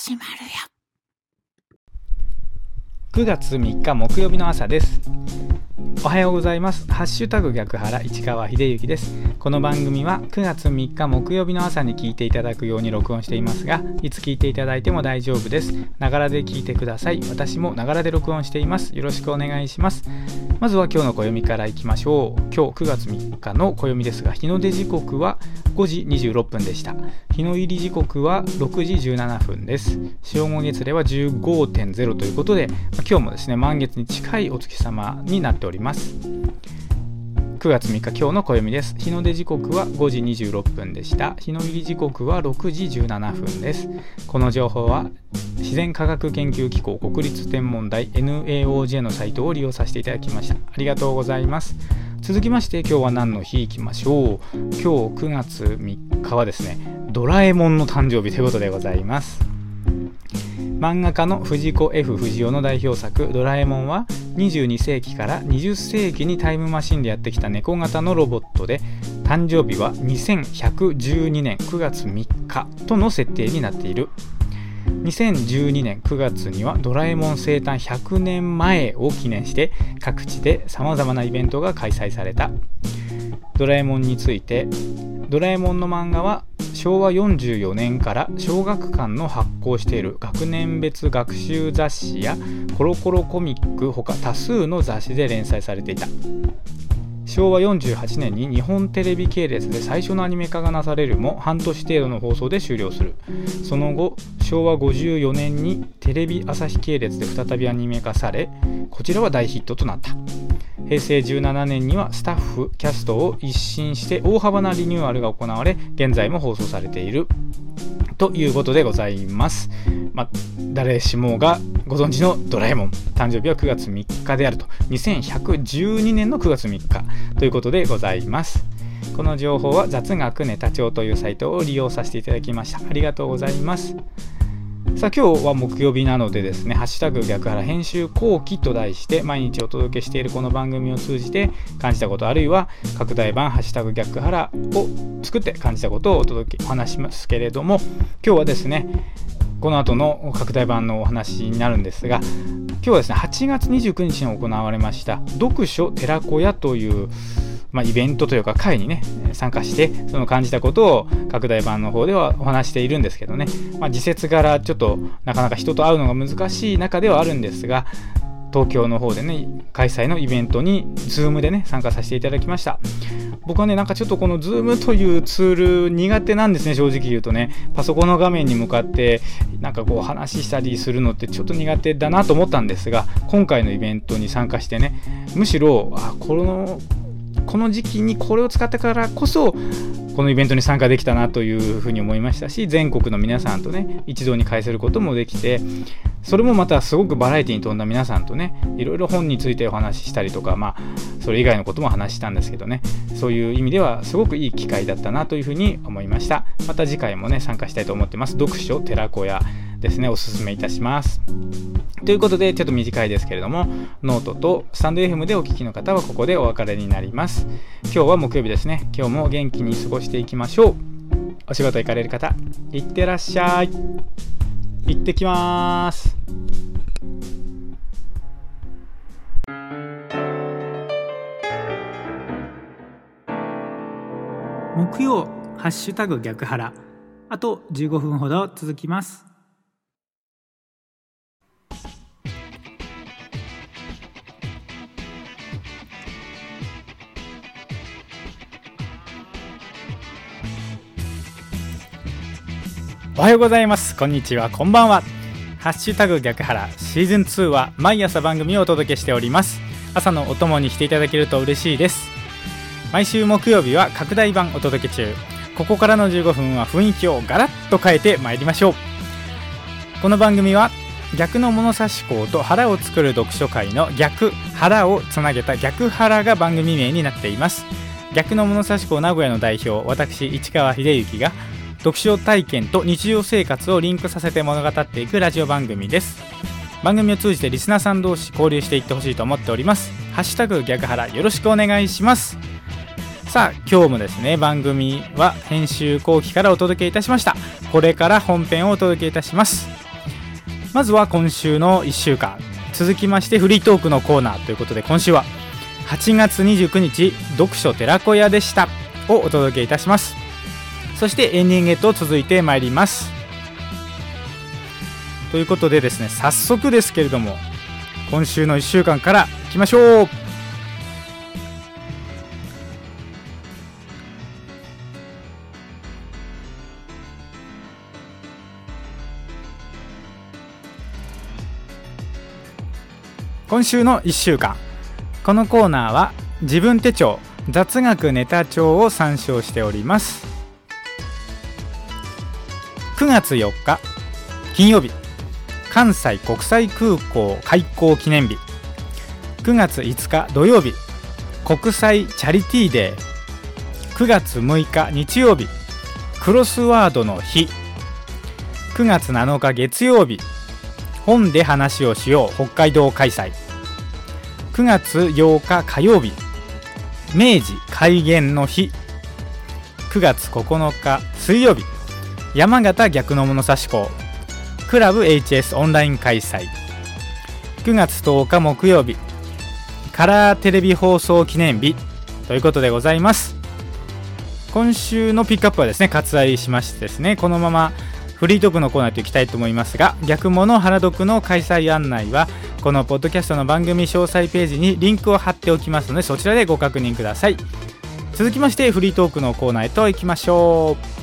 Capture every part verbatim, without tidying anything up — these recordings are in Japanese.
始まるよ。 くがつみっか木曜日の朝です。おはようございます。ハッシュタグ逆腹市川秀幸です。この番組はくがつみっか木曜日の朝に聞いていただくように録音していますが、いつ聞いていただいても大丈夫です。ながらで聞いてください。私もながらで録音しています。よろしくお願いします。まずは今日の暦からいきましょう。今日くがつみっかの暦ですが、日の出時刻はごじにじゅうろっぷんでした。日の入り時刻はろくじじゅうななふんです。正午月齢は じゅうごてんゼロ ということで、今日もですね満月に近いお月様になっております。くがつみっか今日の暦です。日の出時刻はごじにじゅうろっぷんでした。日の入り時刻はろくじじゅうななふんです。この情報は自然科学研究機構国立天文台 エヌエーオージェー のサイトを利用させていただきました。ありがとうございます。続きまして今日は何の日いきましょう。今日くがつみっかはですねドラえもんの誕生日ということでございます。漫画家の藤子 F 不二雄の代表作ドラえもんはにじゅうにせいきからにじゅっせいきにタイムマシンでやってきた猫型のロボットで、誕生日はにせんひゃくじゅうにねんくがつみっかとの設定になっている。にせんじゅうにねんくがつにはドラえもん生誕ひゃくねんまえを記念して各地でさまざまなイベントが開催された。ドラえもんについて、ドラえもんの漫画はしょうわよんじゅうよねんから小学館の発行している学年別学習雑誌やコロコロコミックほか多数の雑誌で連載されていた。しょうわよんじゅうはちねんに日本テレビ系列で最初のアニメ化がなされるも半年程度の放送で終了する。その後しょうわごじゅうよねんにテレビ朝日系列で再びアニメ化され、こちらは大ヒットとなった。へいせいじゅうななねんにはスタッフキャストを一新して大幅なリニューアルが行われ、現在も放送されているということでございます。まあ、誰しもがご存知のドラえもん、誕生日はくがつみっかであると、にせんひゃくじゅうにねんのくがつみっかということでございます。この情報は雑学ネタ帳というサイトを利用させていただきました。ありがとうございます。さあ今日は木曜日なのでですね、ハッシュタグ逆腹編集後期と題して毎日お届けしているこの番組を通じて感じたこと、あるいは拡大版ハッシュタグ逆腹を作って感じたことをお届けお話しますけれども、今日はですねこの後の拡大版のお話になるんですが、今日はですねはちがつにじゅうくにちに行われました読書寺子屋というまあ、イベントというか会にね参加して、その感じたことを拡大版の方ではお話しているんですけどね、まあ、時節柄ちょっとなかなか人と会うのが難しい中ではあるんですが、東京の方でね開催のイベントに Zoom でね参加させていただきました。僕はねなんかちょっとこの Zoom というツール苦手なんですね。正直言うとね、パソコンの画面に向かってなんかこう話したりするのってちょっと苦手だなと思ったんですが、今回のイベントに参加してね、むしろあこのこの時期にこれを使ったからこそこのイベントに参加できたなというふうに思いましたし、全国の皆さんとね一堂に会することもできて、それもまたすごくバラエティに富んだ皆さんとねいろいろ本についてお話ししたりとか、まあそれ以外のことも話したんですけどね、そういう意味ではすごくいい機会だったなというふうに思いました。また次回もね参加したいと思ってます。読書寺子屋ですね、おすすめいたします。ということでちょっと短いですけれども、ノートとスタンド エフエム でお聞きの方はここでお別れになります。今日は木曜日ですね。今日も元気に過ごしていきましょう。お仕事行かれる方いってらっしゃい。行ってきます。木曜ハッシュタグ逆腹、あとじゅうごふんほど続きます。おはようございます。こんにちは、こんばんは。ハッシュタグ逆腹シーズンツーは毎朝番組をお届けしております。朝のお供にしていただけると嬉しいです。毎週木曜日は拡大版お届け中。ここからのじゅうごふんは雰囲気をガラッと変えてまいりましょう。この番組は逆の物差し校と腹を作る読書会の逆腹をつなげた逆腹が番組名になっています。逆の物差し校名古屋の代表、私市川秀幸が読書体験と日常生活をリンクさせて物語っていくラジオ番組です。番組を通じてリスナーさん同士交流していってほしいと思っております。ハッシュタグ逆腹よろしくお願いします。さあ今日もですね、番組は編集後期からお届けいたしました。これから本編をお届けいたします。 まずは今週のいっしゅうかん、続きましてフリートークのコーナーということで、今週ははちがつにじゅうくにち読書寺子屋でしたをお届けいたします。そしてエンディングへと続いてまいります。ということでですね、早速ですけれども今週のいっしゅうかんからいきましょう。今週のいっしゅうかん、このコーナーは自分手帳雑学ネタ帳を参照しております。くがつよっか金曜日、関西国際空港開港記念日。くがついつか土曜日、国際チャリティーデー。くがつむいか日曜日、クロスワードの日。くがつなのか月曜日、本で話をしよう北海道開催。くがつようか火曜日、明治開元の日。くがつここのか水曜日、山形逆の物差し校クラブ エイチエス オンライン開催。くがつとおか木曜日、カラーテレビ放送記念日ということでございます。今週のピックアップはですね、割愛しましてですね、このままフリートークのコーナーといきたいと思いますが、逆物原読の開催案内はこのポッドキャストの番組詳細ページにリンクを貼っておきますので、そちらでご確認ください。続きましてフリートークのコーナーへと行きましょう。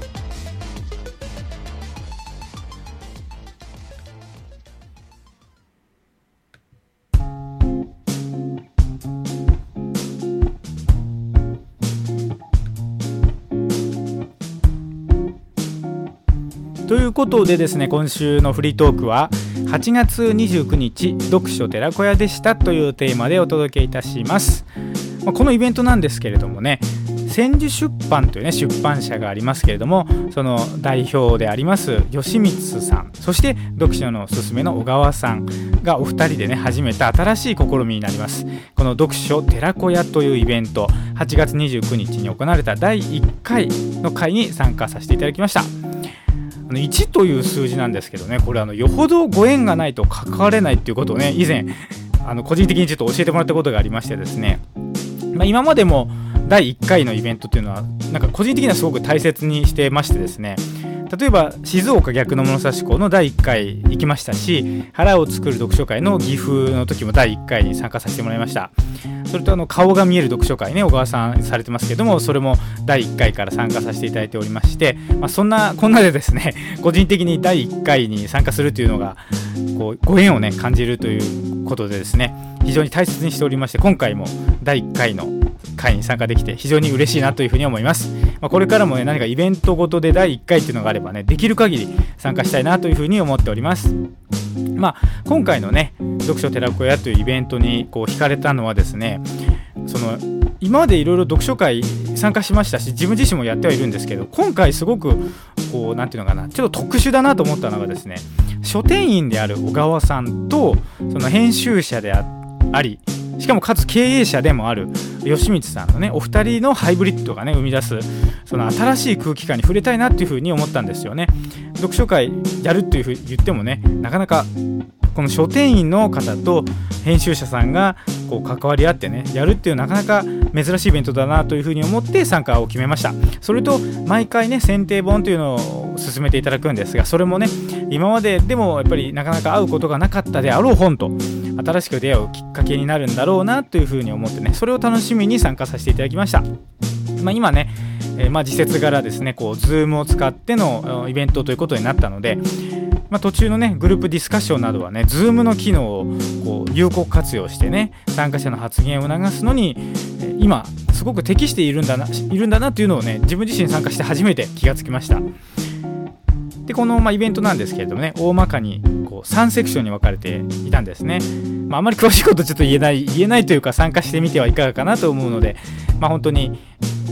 ということでですね、今週のフリートークははちがつにじゅうくにち読書寺子屋でしたというテーマでお届けいたします。このイベントなんですけれどもね、千住出版というね出版社がありますけれども、その代表であります吉光さん、そして読書のおすすめの小川さんがお二人でね始めた新しい試みになります。この読書寺子屋というイベント、はちがつにじゅうくにちに行われただいいっかいの会に参加させていただきました。いちという数字なんですけどね、これあのよほどご縁がないと関われないっていうことをね、以前あの個人的にちょっと教えてもらったことがありましてですね、まあ、今までもだいいっかいのイベントっていうのはなんか個人的にはすごく大切にしてましてですね、例えば静岡逆の物差し校のだいいっかい行きましたし、腹を作る読書会の岐阜の時もだいいっかいに参加させてもらいました。それとあの顔が見える読書会ね、小川さんされてますけども、それもだいいっかいから参加させていただいておりまして、まあ、そんなこんなでですね、個人的にだいいっかいに参加するというのがこうご縁をね感じるということでですね、非常に大切にしておりまして、今回もだいいっかいの会に参加できて非常に嬉しいなというふうに思います。まあ、これからもね何かイベントごとでだいいっかいっていうのがあればね、できる限り参加したいなというふうに思っております。まあ、今回のね読書寺子屋というイベントにこう惹かれたのはですね、その今までいろいろ読書会参加しましたし、自分自身もやってはいるんですけど、今回すごくこうなんていうのかな、ちょっと特殊だなと思ったのがですね、書店員である小川さんとその編集者であり、しかもかつ経営者でもある吉光さんのねお二人のハイブリッドがね生み出すその新しい空気感に触れたいなっていうふうに思ったんですよね。読書会やるっていうふうに言ってもね、なかなかこの書店員の方と編集者さんがこう関わり合ってねやるっていうなかなか珍しいイベントだなというふうに思って参加を決めました。それと毎回ね選定本というのを進めていただくんですが、それもね今まででもやっぱりなかなか会うことがなかったであろう本と新しく出会うきっかけになるんだろうなというふうに思ってね、それを楽しみに参加させていただきました。まあ、今ね、えー、まあ時節柄ですね、こう Zoom を使ってのイベントということになったので、まあ、途中のねグループディスカッションなどはね Zoom の機能をこう有効活用してね参加者の発言を促すのに、えー、今すごく適しているんだないるんだなというのをね自分自身参加して初めて気がつきました。でこの、まあ、イベントなんですけれどもね、大まかにこうさんセクションに分かれていたんですね。まあ、あまり詳しいことちょっと言えない言えないというか、参加してみてはいかがかなと思うので、まあ、本当に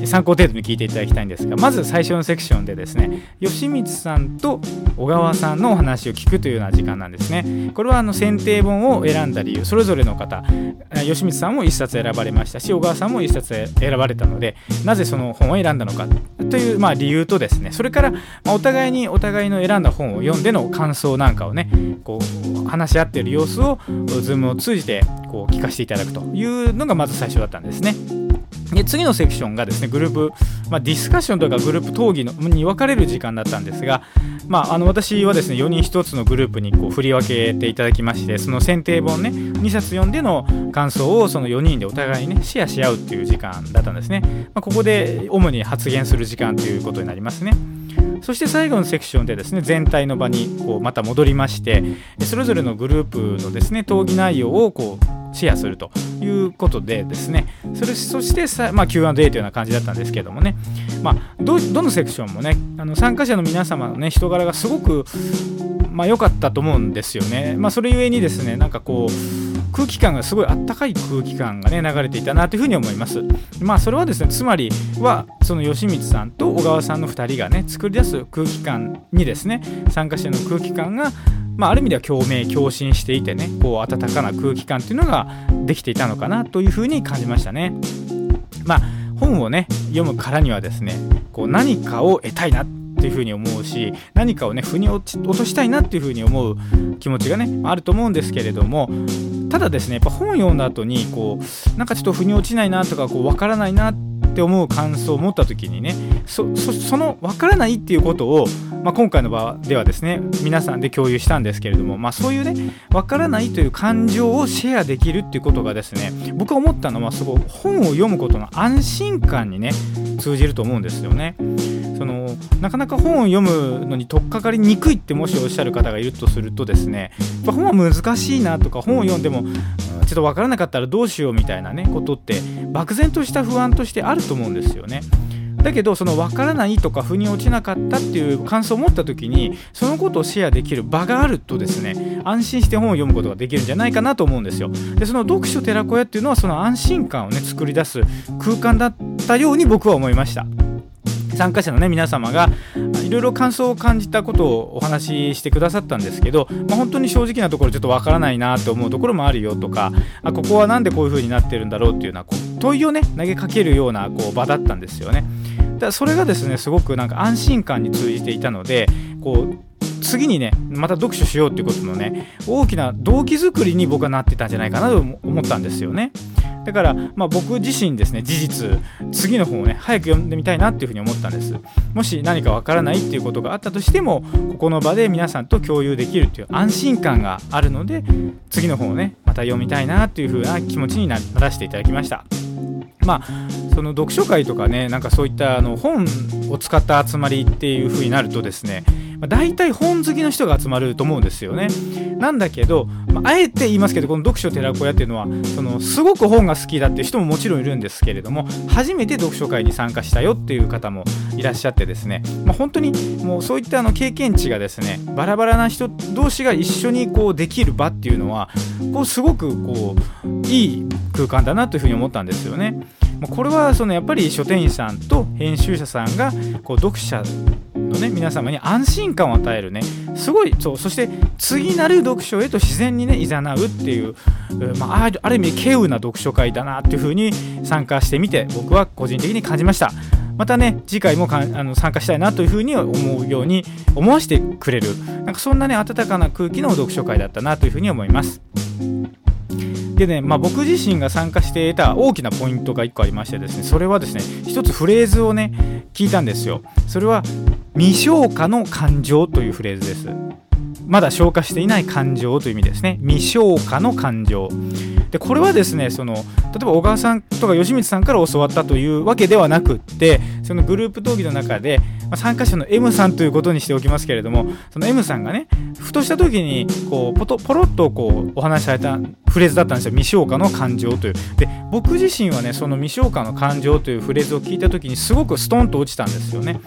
参考程度に聞いていただきたいんですが、まず最初のセクションでですね、吉光さんと小川さんのお話を聞くというような時間なんですね。これはあの選定本を選んだ理由、それぞれの方、吉光さんもいっさつ選ばれましたし、小川さんもいっさつ選ばれたので、なぜその本を選んだのかという、まあ、理由とですね、それから、まあ、お互いにお互いの選んだ本を読んでの感想なんかをね、こう話し合っている様子を Zoom を通じてこう聞かせていただくというのがまず最初だったんですね。で次のセクションがですね、グループ、まあ、ディスカッションとかグループ討議のに分かれる時間だったんですが、まあ、あの私はですねよにんひとつのグループにこう振り分けていただきまして、その選定本ねにさつ読んでの感想をそのよにんでお互いにねシェアし合うっていう時間だったんですね。まあ、ここで主に発言する時間ということになりますね。そして最後のセクションでですね、全体の場にこうまた戻りまして、それぞれのグループのですね討議内容をこうシェアするということでですね、それそしてさ、まあ、キューアンドエー というような感じだったんですけどもね、まあ、ど, どのセクションもね、あの参加者の皆様のね人柄がすごくまあ良かったと思うんですよね。まあ、それゆえにですね、なんかこう空気感がすごいあったかい空気感がね流れていたなというふうに思います。まあそれはですね、つまりはその吉光さんと小川さんのふたりがね作り出す空気感にですね、参加者の空気感がまあ、ある意味では共鳴共振していてね、こう温かな空気感っていうのができていたのかなというふうに感じましたね。まあ本をね読むからにはですね、こう何かを得たいなっていうふうに思うし、何かをね腑に落ち、落としたいなっていうふうに思う気持ちがねあると思うんですけれども、ただですねやっぱ本を読んだ後にこうなんかちょっと腑に落ちないなとかこう分からないなって思う感想を持った時にね、そ, そ, その分からないっていうことを、まあ、今回の場ではですね皆さんで共有したんですけれども、まあ、そういうね分からないという感情をシェアできるっていうことがですね、僕は思ったのはすごい本を読むことの安心感にね通じると思うんですよね。そのなかなか本を読むのに取っかかりにくいってもしおっしゃる方がいるとするとですね、やっぱ本は難しいなとか、本を読んでもちょっと分からなかったらどうしようみたいなねことって漠然とした不安としてあると思うんですよね。だけどその分からないとか腑に落ちなかったっていう感想を持った時に、そのことをシェアできる場があるとですね、安心して本を読むことができるんじゃないかなと思うんですよ。でその読書寺子屋っていうのはその安心感をね作り出す空間だったように僕は思いました。参加者のね皆様がいろいろ感想を感じたことをお話ししてくださったんですけど、まあ、本当に正直なところちょっとわからないなと思うところもあるよとか、あここはなんでこういう風になってるんだろうっていうようなこう問いをね投げかけるようなこう場だったんですよね。だからそれがですねすごくなんか安心感に通じていたので、こう次にねまた読書しようっていうことのね大きな動機づくりに僕はなってたんじゃないかなと思ったんですよね。だから、まあ、僕自身ですね事実次の本をね早く読んでみたいなっていうふうに思ったんです。もし何かわからないっていうことがあったとしても、ここの場で皆さんと共有できるっていう安心感があるので、次の本をねまた読みたいなっていうふうな気持ちにならせていただきました。まあその読書会とかね、なんかそういったあの本を使った集まりっていう風になるとですね、まあ、大体本好きの人が集まると思うんですよね。なんだけど、まあ、あえて言いますけど、この読書寺子屋っていうのはそのすごく本が好きだっていう人ももちろんいるんですけれども、初めて読書会に参加したよっていう方もいらっしゃってですね、まあ、本当にもうそういったあの経験値がですねバラバラな人同士が一緒にこうできる場っていうのはこうすごくこういい空間だなというふうに思ったんですよね。これはそのやっぱり書店員さんと編集者さんがこう読者のね皆様に安心感を与えるね、すごいそう、そして次なる読書へと自然にね誘うっていう、まあ、ある意味稀有な読書会だなっていう風に参加してみて僕は個人的に感じました。またね次回もかあの参加したいなという風に思うように思わせてくれる、なんかそんなね温かな空気の読書会だったなという風に思います。でね、まあ、僕自身が参加していた大きなポイントがいっこありましてですね、それはですね一つフレーズをね聞いたんですよ。それは未消化の感情というフレーズです。まだ消化していない感情という意味ですね。未消化の感情で、これはですねその例えば小川さんとか吉光さんから教わったというわけではなくって、そのグループ討議の中で、まあ、参加者の M さんということにしておきますけれども、その M さんがねふとした時にこうポトポロッとこうお話しされたフレーズだったんですよ。未消化の感情という。で僕自身はねその未消化の感情というフレーズを聞いた時にすごくストンと落ちたんですよね。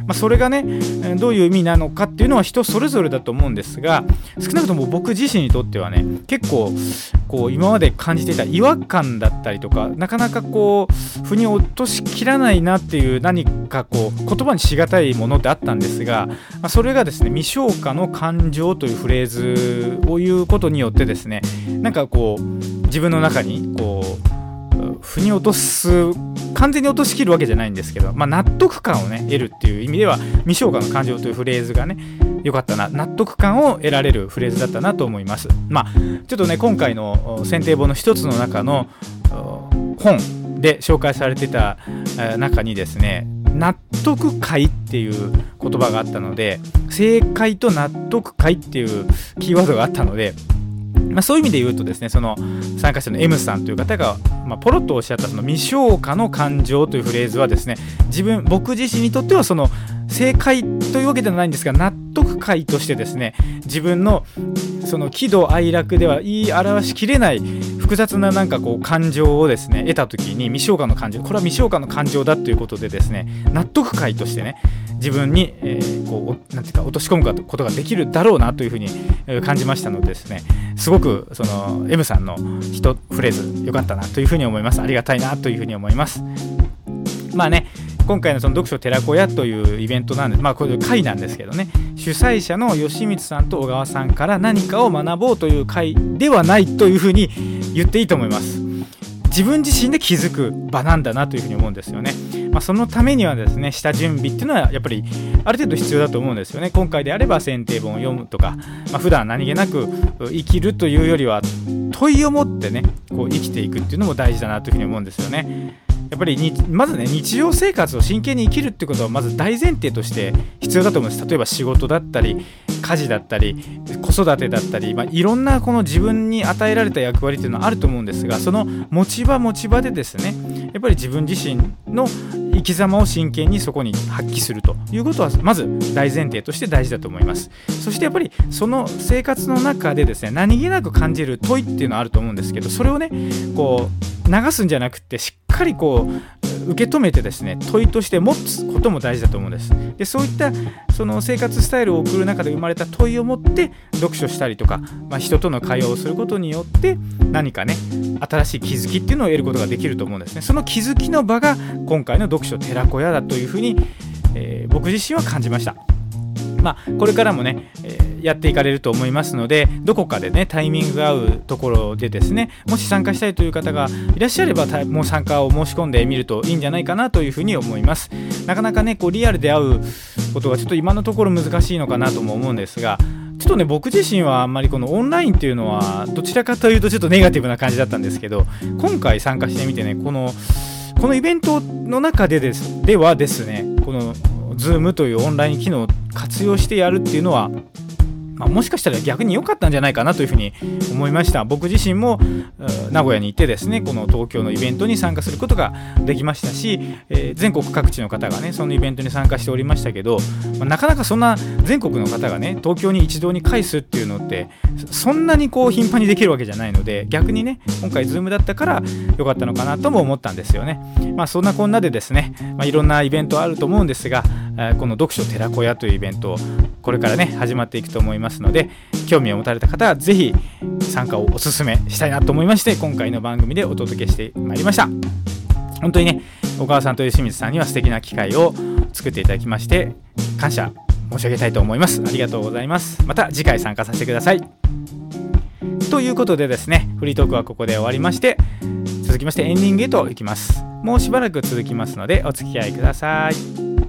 まあ、それがねどういう意味なのかっていうのは人それぞれだと思うんですが、少なくとも僕自身にとってはね結構こう今まで感じていた違和感だったりとか、なかなかこう腑に落としきらないなっていう何かこう言葉にしがたいものってあったんですが、まあ、それがですね未消化の感情というフレーズを言うことによってですね、なんかこう自分の中にこう腑に落とす、完全に落としきるわけじゃないんですけど、まあ、納得感をね得るっていう意味では未消化の感情というフレーズがね良かったな、納得感を得られるフレーズだったなと思います。まあちょっとね今回の選定本の一つの中の本で紹介されてた中にですね、納得解っていう言葉があったので、正解と納得解っていうキーワードがあったので、まあ、そういう意味で言うとですね、その参加者の M さんという方が、まあ、ポロッとおっしゃったその未消化の感情というフレーズはですね、自分僕自身にとってはその正解というわけではないんですが、納得解としてですね、自分のその喜怒哀楽では言い表しきれない複雑ななんかこう感情をですね得たときに、未消化の感情、これは未消化の感情だということでですね、納得解としてね自分に、えー、こうなんていうか落とし込むことができるだろうなというふうに感じましたのでですね、すごくその M さんの一フレーズ良かったなというふうに思います。ありがたいなというふうに思います。まあね、今回のその読書寺子屋というイベントなんで、まあこれ会なんですけどね、主催者の吉光さんと小川さんから何かを学ぼうという会ではないというふうに言っていいと思います。自分自身で気づく場なんだなというふうに思うんですよね。まあ、そのためにはですね、下準備っていうのはやっぱりある程度必要だと思うんですよね。今回であれば選定本を読むとか、まあ、普段何気なく生きるというよりは問いを持ってねこう生きていくっていうのも大事だなというふうに思うんですよね。やっぱりにまずね日常生活を真剣に生きるってことはまず大前提として必要だと思うんです。例えば仕事だったり家事だったり子育てだったり、まあ、いろんなこの自分に与えられた役割っていうのはあると思うんですが、その持ち場持ち場でですね、やっぱり自分自身の生き様を真剣にそこに発揮するということはまず大前提として大事だと思います。そしてやっぱりその生活の中でですね、何気なく感じる問いっていうのはあると思うんですけど、それをねこう流すんじゃなくてしっかりこう受け止めてですね問いとして持つことも大事だと思うんです。でそういったその生活スタイルを送る中で生まれた問いを持って読書したりとか、まあ、人との会話をすることによって何かね新しい気づきっていうのを得ることができると思うんですね。その気づきの場が今回の読書寺子屋だというふうに、えー、僕自身は感じました。まあ、これからもね、えー、やっていかれると思いますので、どこかでねタイミングが合うところでですね、もし参加したいという方がいらっしゃればもう参加を申し込んでみるといいんじゃないかなというふうに思います。なかなかねこうリアルで会うことがちょっと今のところ難しいのかなとも思うんですが、ちょっとね僕自身はあんまりこのオンラインっていうのはどちらかというとちょっとネガティブな感じだったんですけど、今回参加してみてねこのこのイベントの中でですではですね、この Zoom というオンライン機能を活用してやるっていうのは、まあ、もしかしたら逆に良かったんじゃないかなというふうに思いました。僕自身も名古屋に行ってですね、この東京のイベントに参加することができましたし、えー、全国各地の方がねそのイベントに参加しておりましたけど、まあ、なかなかそんな全国の方がね東京に一堂に会すっていうのってそんなにこう頻繁にできるわけじゃないので、逆にね今回 Zoom だったから良かったのかなとも思ったんですよね。まあそんなこんなでですね、まあ、いろんなイベントあると思うんですが、この読書寺子屋というイベントこれからね始まっていくと思いますので、興味を持たれた方はぜひ参加をお勧めしたいなと思いまして、今回の番組でお届けしてまいりました。本当にね小川さんと吉水さんには素敵な機会を作っていただきまして感謝申し上げたいと思います。ありがとうございます。また次回参加させてください。ということでですね、フリートークはここで終わりまして、続きましてエンディングへと行きます。もうしばらく続きますのでお付き合いください。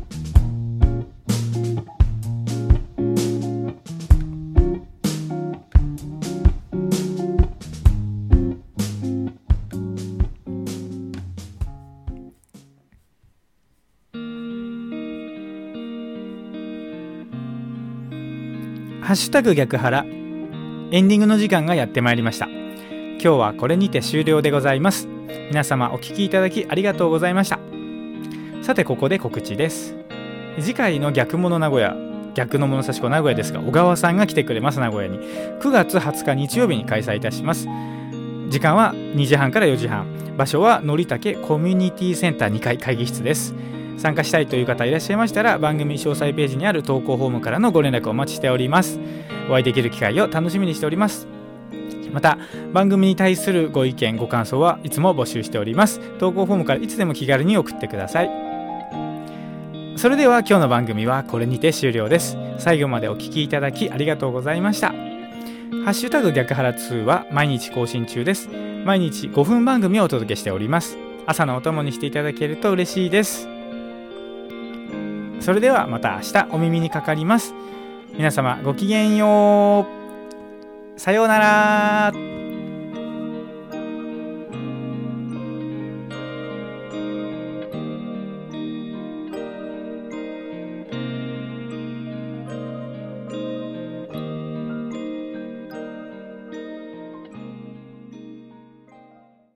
ハッシュタグ逆腹、エンディングの時間がやってまいりました。今日はこれにて終了でございます。皆様お聞きいただきありがとうございました。さてここで告知です。次回の逆物名古屋、逆の物差し子名古屋ですが、小川さんが来てくれます。名古屋にくがつはつか日曜日に開催いたします。時間はにじはんからよじはん、場所はのりたけコミュニティセンターにかい会議室です。 参加したいという方いらっしゃいましたら、番組詳細ページにある投稿フォームからのご連絡をお待ちしております。お会いできる機会を楽しみにしております。また番組に対するご意見ご感想はいつも募集しております。投稿フォームからいつでも気軽に送ってください。それでは今日の番組はこれにて終了です。最後までお聞きいただきありがとうございました。ハッシュタグ逆腹ツーは毎日更新中です。毎日ごふん番組をお届けしております。朝のお供にしていただけると嬉しいです。それではまた明日お耳にかかります。皆様ごきげんよう。さようなら。